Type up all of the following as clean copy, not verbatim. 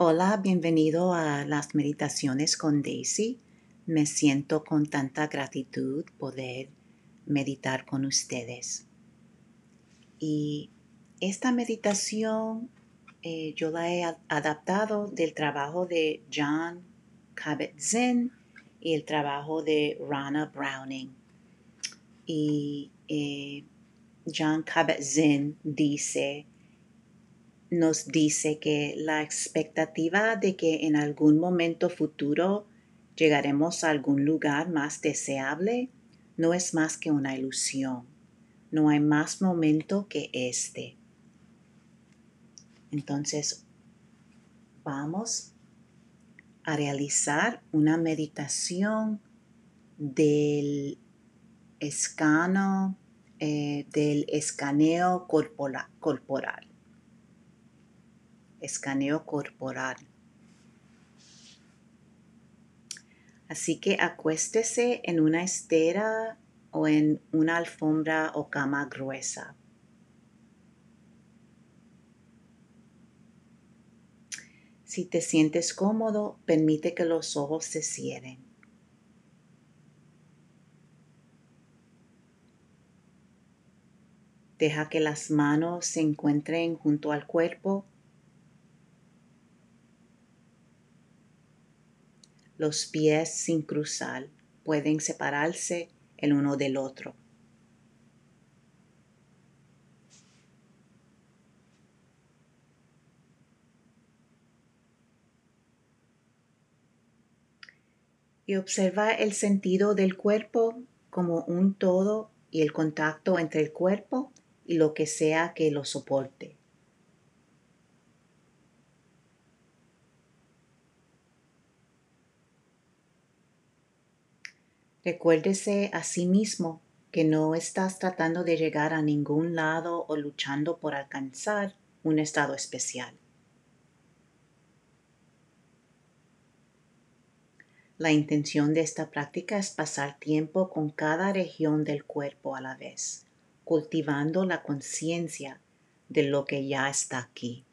Hola, bienvenido a las meditaciones con Daisy. Me siento con tanta gratitud poder meditar con ustedes. Y esta meditación yo la he adaptado del trabajo de Jon Kabat-Zinn y el trabajo de Rana Browning. Y Jon Kabat-Zinn nos dice que la expectativa de que en algún momento futuro llegaremos a algún lugar más deseable no es más que una ilusión. No hay más momento que este. Entonces, vamos a realizar una meditación del escaneo corporal. Escaneo corporal. Así que acuéstese en una estera o en una alfombra o cama gruesa. Si te sientes cómodo, permite que los ojos se cierren. Deja que las manos se encuentren junto al cuerpo. Los pies sin cruzar pueden separarse el uno del otro. Y observa el sentido del cuerpo como un todo y el contacto entre el cuerpo y lo que sea que lo soporte. Recuérdese a sí mismo que no estás tratando de llegar a ningún lado o luchando por alcanzar un estado especial. La intención de esta práctica es pasar tiempo con cada región del cuerpo a la vez, cultivando la conciencia de lo que ya está aquí.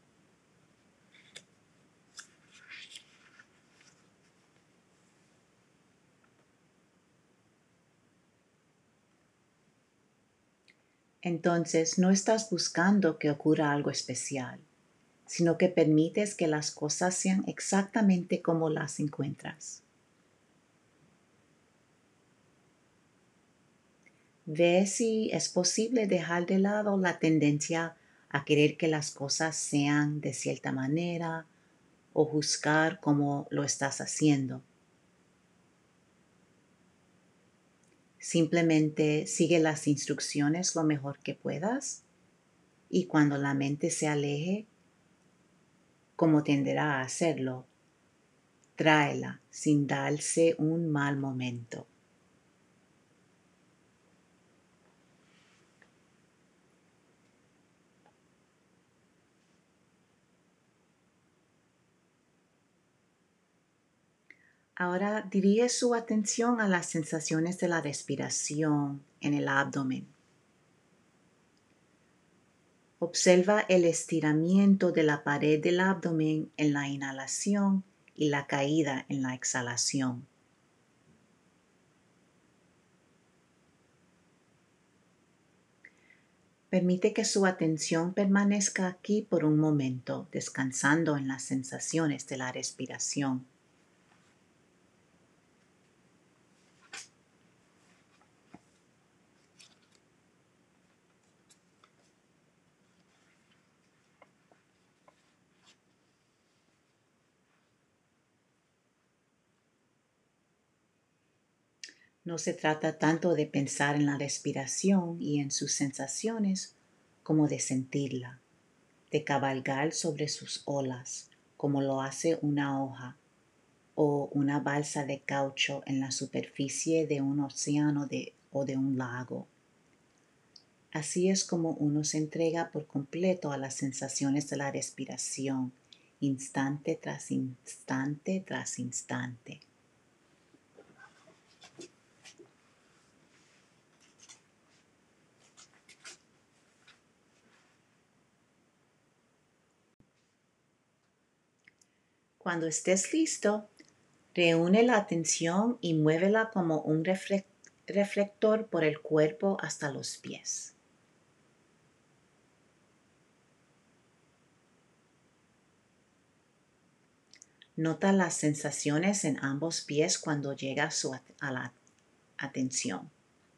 Entonces no estás buscando que ocurra algo especial, sino que permites que las cosas sean exactamente como las encuentras. Ve si es posible dejar de lado la tendencia a querer que las cosas sean de cierta manera o juzgar cómo lo estás haciendo. Simplemente sigue las instrucciones lo mejor que puedas y cuando la mente se aleje, como tenderá a hacerlo, tráela sin darse un mal momento. Ahora dirige su atención a las sensaciones de la respiración en el abdomen. Observa el estiramiento de la pared del abdomen en la inhalación y la caída en la exhalación. Permite que su atención permanezca aquí por un momento, descansando en las sensaciones de la respiración. No se trata tanto de pensar en la respiración y en sus sensaciones como de sentirla, de cabalgar sobre sus olas, como lo hace una hoja o una balsa de caucho en la superficie de un océano o de un lago. Así es como uno se entrega por completo a las sensaciones de la respiración, instante tras instante tras instante. Cuando estés listo, reúne la atención y muévela como un reflector por el cuerpo hasta los pies. Nota las sensaciones en ambos pies cuando llega a la atención.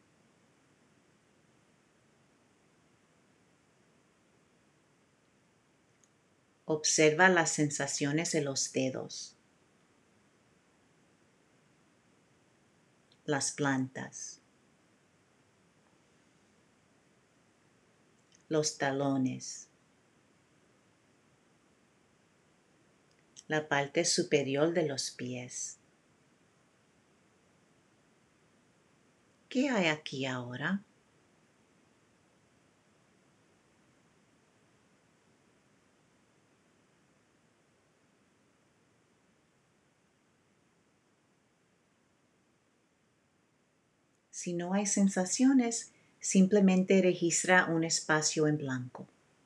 Observa las sensaciones de los dedos, las plantas, los talones, la parte superior de los pies. ¿Qué hay aquí ahora? Si no hay sensaciones, simplemente registra un espacio en blanco.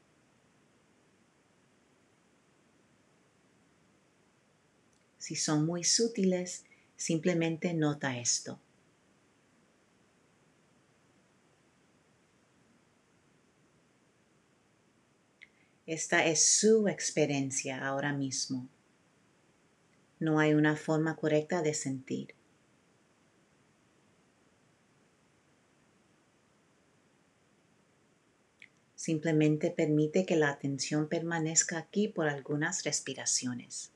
Si son muy sutiles, simplemente nota esto. Esta es su experiencia ahora mismo. No hay una forma correcta de sentir. Simplemente permite que la atención permanezca aquí por algunas respiraciones.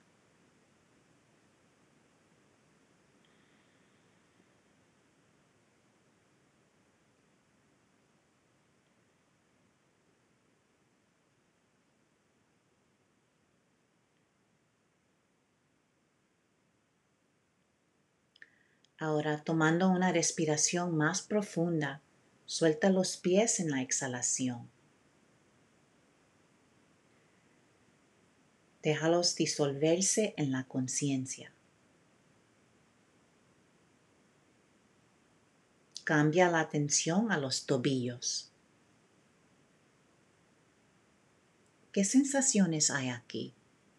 Ahora, tomando una respiración más profunda, suelta los pies en la exhalación. Déjalos disolverse en la conciencia. Cambia la atención a los tobillos. ¿Qué sensaciones hay aquí?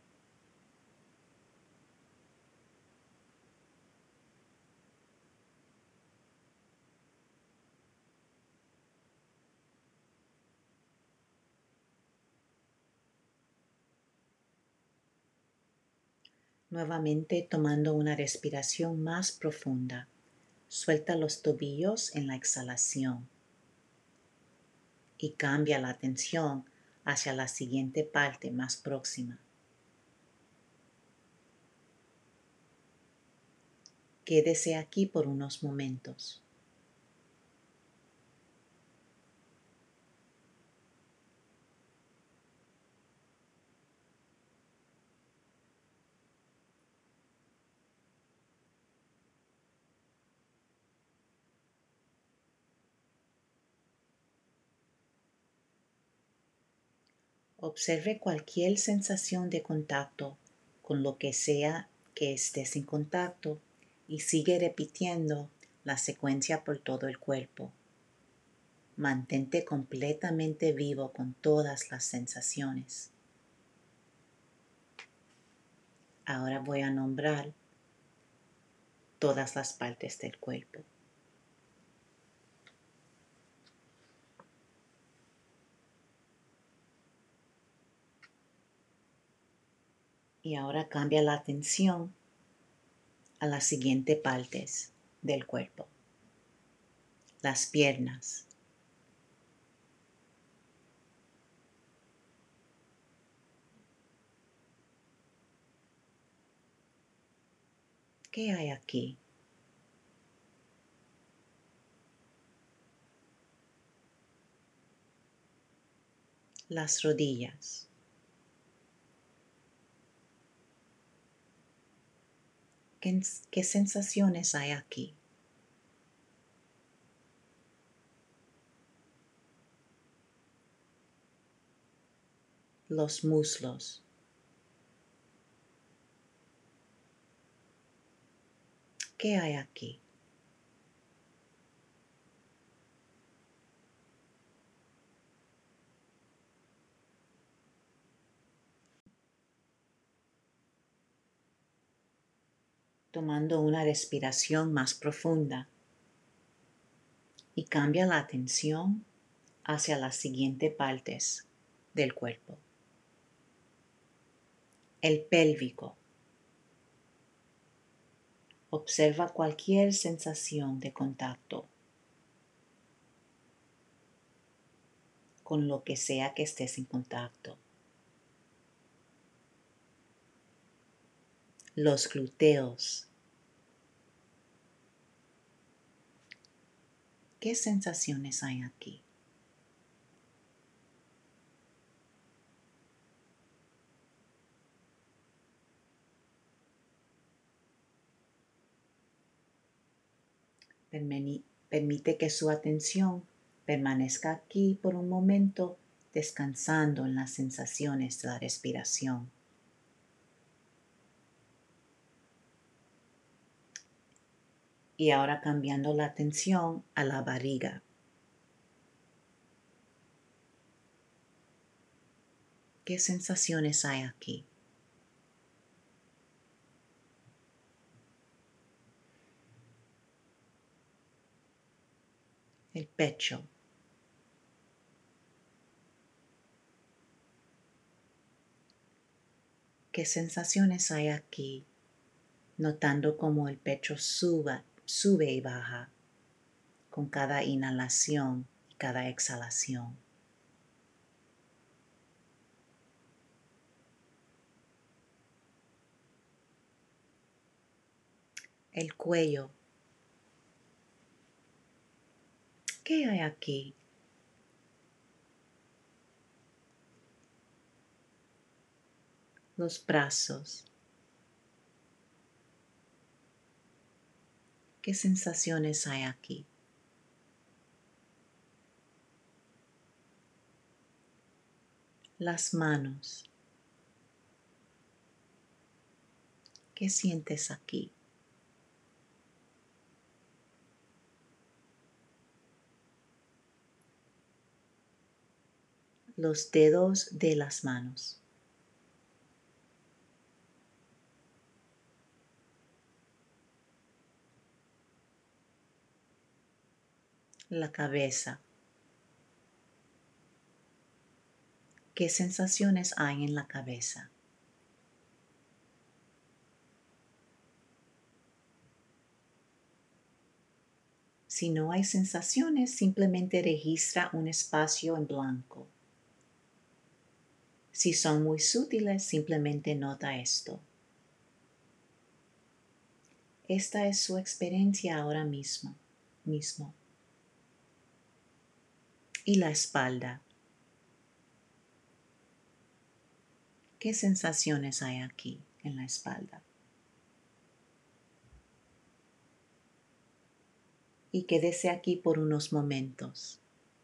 Nuevamente tomando una respiración más profunda, suelta los tobillos en la exhalación y cambia la atención hacia la siguiente parte más próxima. Quédese aquí por unos momentos. Observe cualquier sensación de contacto con lo que sea que estés en contacto y sigue repitiendo la secuencia por todo el cuerpo. Mantente completamente vivo con todas las sensaciones. Ahora voy a nombrar todas las partes del cuerpo. Y ahora cambia la atención a las siguientes partes del cuerpo. Las piernas, ¿qué hay aquí? Las rodillas, ¿qué sensaciones hay aquí? Los muslos, ¿qué hay aquí? tomando una respiración más profunda y cambia la atención hacia las siguientes partes del cuerpo. El pélvico. Observa cualquier sensación de contacto con lo que sea que estés en contacto. Los glúteos. ¿Qué sensaciones hay aquí? Permite que su atención permanezca aquí por un momento, descansando en las sensaciones de la respiración. Y ahora cambiando la atención a la barriga. ¿Qué sensaciones hay aquí? El pecho. ¿Qué sensaciones hay aquí? Notando cómo el pecho sube y baja con cada inhalación y cada exhalación. El cuello. ¿Qué hay aquí? Los brazos. ¿Qué sensaciones hay aquí? Las manos. ¿Qué sientes aquí? Los dedos de las manos. La cabeza. ¿Qué sensaciones hay en la cabeza? Si no hay sensaciones, simplemente registra un espacio en blanco. Si son muy sutiles, simplemente nota esto. Esta es su experiencia ahora mismo. Y la espalda. ¿Qué sensaciones hay aquí en la espalda? Y quédese aquí por unos momentos.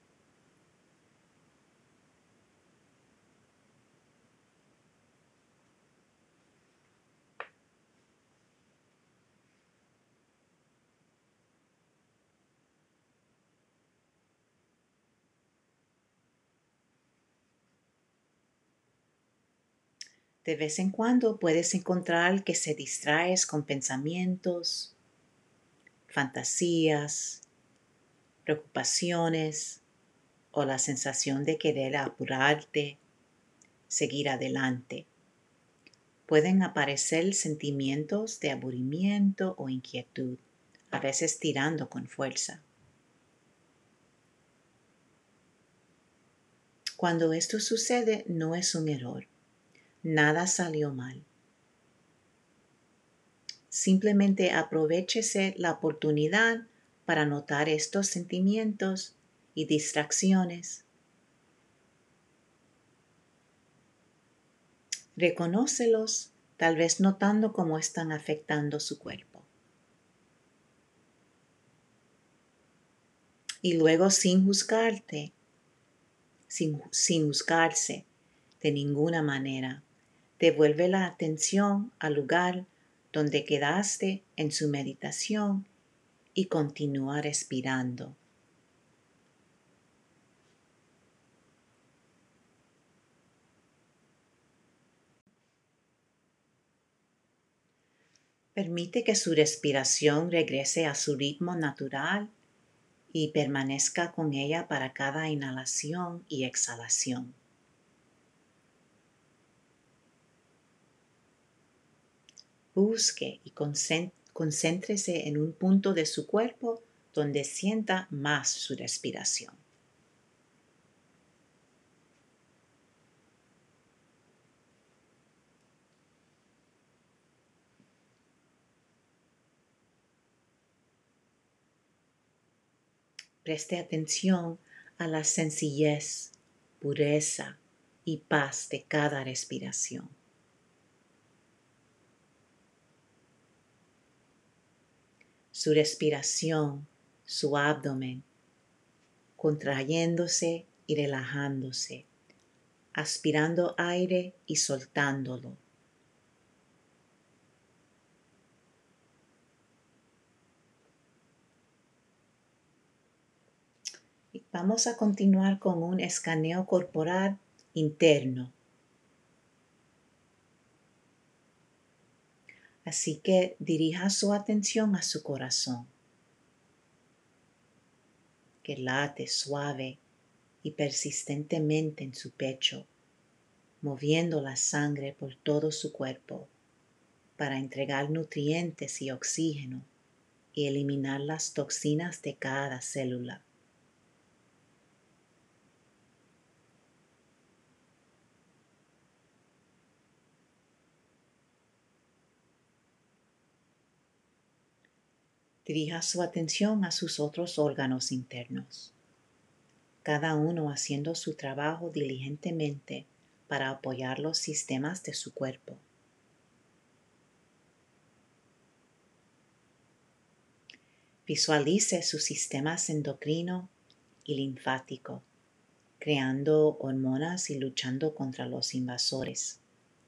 De vez en cuando puedes encontrar que se distraes con pensamientos, fantasías, preocupaciones o la sensación de querer apurarte, seguir adelante. Pueden aparecer sentimientos de aburrimiento o inquietud, a veces tirando con fuerza. Cuando esto sucede, no es un error. Nada salió mal. Simplemente aprovéchese la oportunidad para notar estos sentimientos y distracciones. Reconócelos, tal vez notando cómo están afectando su cuerpo. Y luego sin juzgarte, sin juzgarse de ninguna manera, devuelve la atención al lugar donde quedaste en su meditación y continúa respirando. Permite que su respiración regrese a su ritmo natural y permanezca con ella para cada inhalación y exhalación. Busque y concéntrese en un punto de su cuerpo donde sienta más su respiración. Preste atención a la sencillez, pureza y paz de cada respiración. Su respiración, su abdomen, contrayéndose y relajándose, aspirando aire y soltándolo. Y vamos a continuar con un escaneo corporal interno. Así que dirija su atención a su corazón, que late suave y persistentemente en su pecho, moviendo la sangre por todo su cuerpo para entregar nutrientes y oxígeno y eliminar las toxinas de cada célula. Dirija su atención a sus otros órganos internos, cada uno haciendo su trabajo diligentemente para apoyar los sistemas de su cuerpo. Visualice sus sistemas endocrino y linfático, creando hormonas y luchando contra los invasores.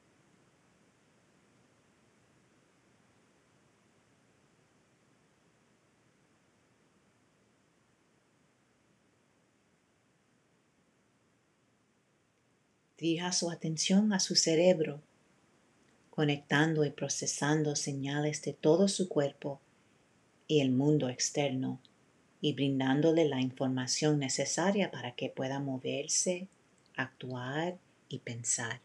Dirija su atención a su cerebro, conectando y procesando señales de todo su cuerpo y el mundo externo, y brindándole la información necesaria para que pueda moverse, actuar y pensar.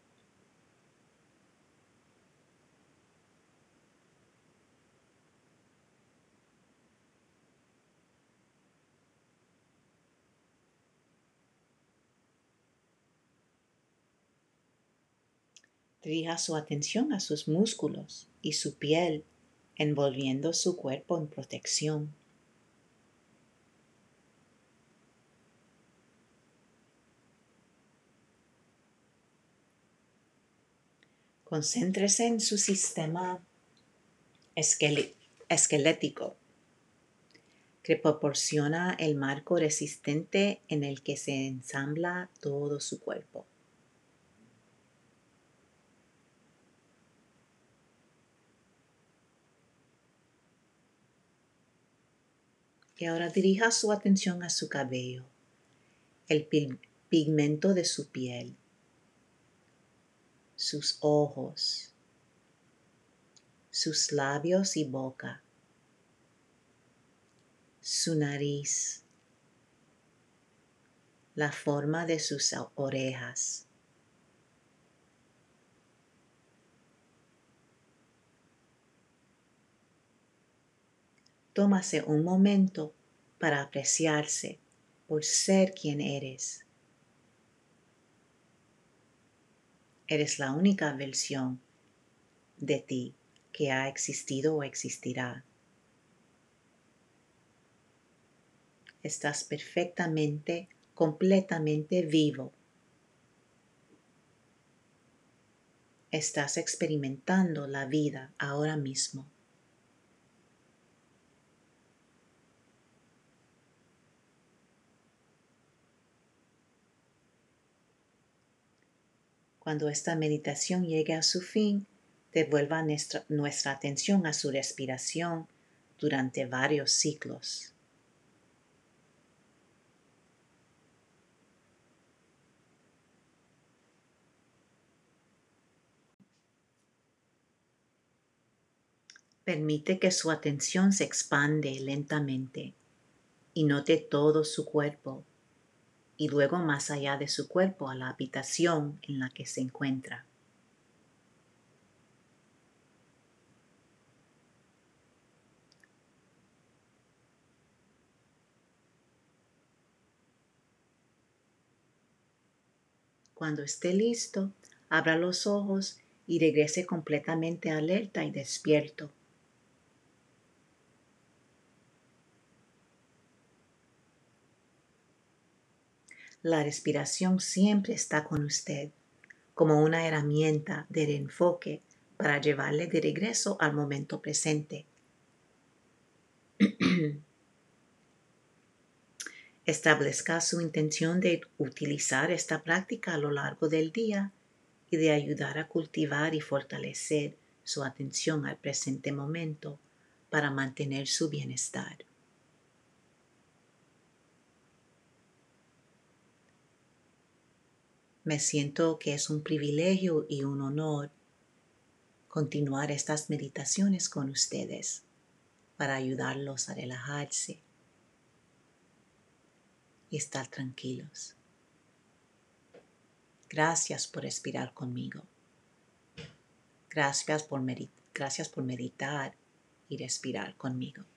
Dirija su atención a sus músculos y su piel, envolviendo su cuerpo en protección. Concéntrese en su sistema esquelético, que proporciona el marco resistente en el que se ensambla todo su cuerpo. Y ahora dirija su atención a su cabello, el pigmento de su piel, sus ojos, sus labios y boca, su nariz, la forma de sus orejas. Tómase un momento para apreciarse por ser quien eres. Eres la única versión de ti que ha existido o existirá. Estás perfectamente, completamente vivo. Estás experimentando la vida ahora mismo. Cuando esta meditación llegue a su fin, devuelva nuestra atención a su respiración durante varios ciclos. Permite que su atención se expande lentamente y note todo su cuerpo y luego más allá de su cuerpo a la habitación en la que se encuentra. Cuando esté listo, abra los ojos y regrese completamente alerta y despierto. La respiración siempre está con usted, como una herramienta de enfoque para llevarle de regreso al momento presente. Establezca su intención de utilizar esta práctica a lo largo del día y de ayudar a cultivar y fortalecer su atención al presente momento para mantener su bienestar. Me siento que es un privilegio y un honor continuar estas meditaciones con ustedes para ayudarlos a relajarse y estar tranquilos. Gracias por respirar conmigo. Gracias por meditar y respirar conmigo.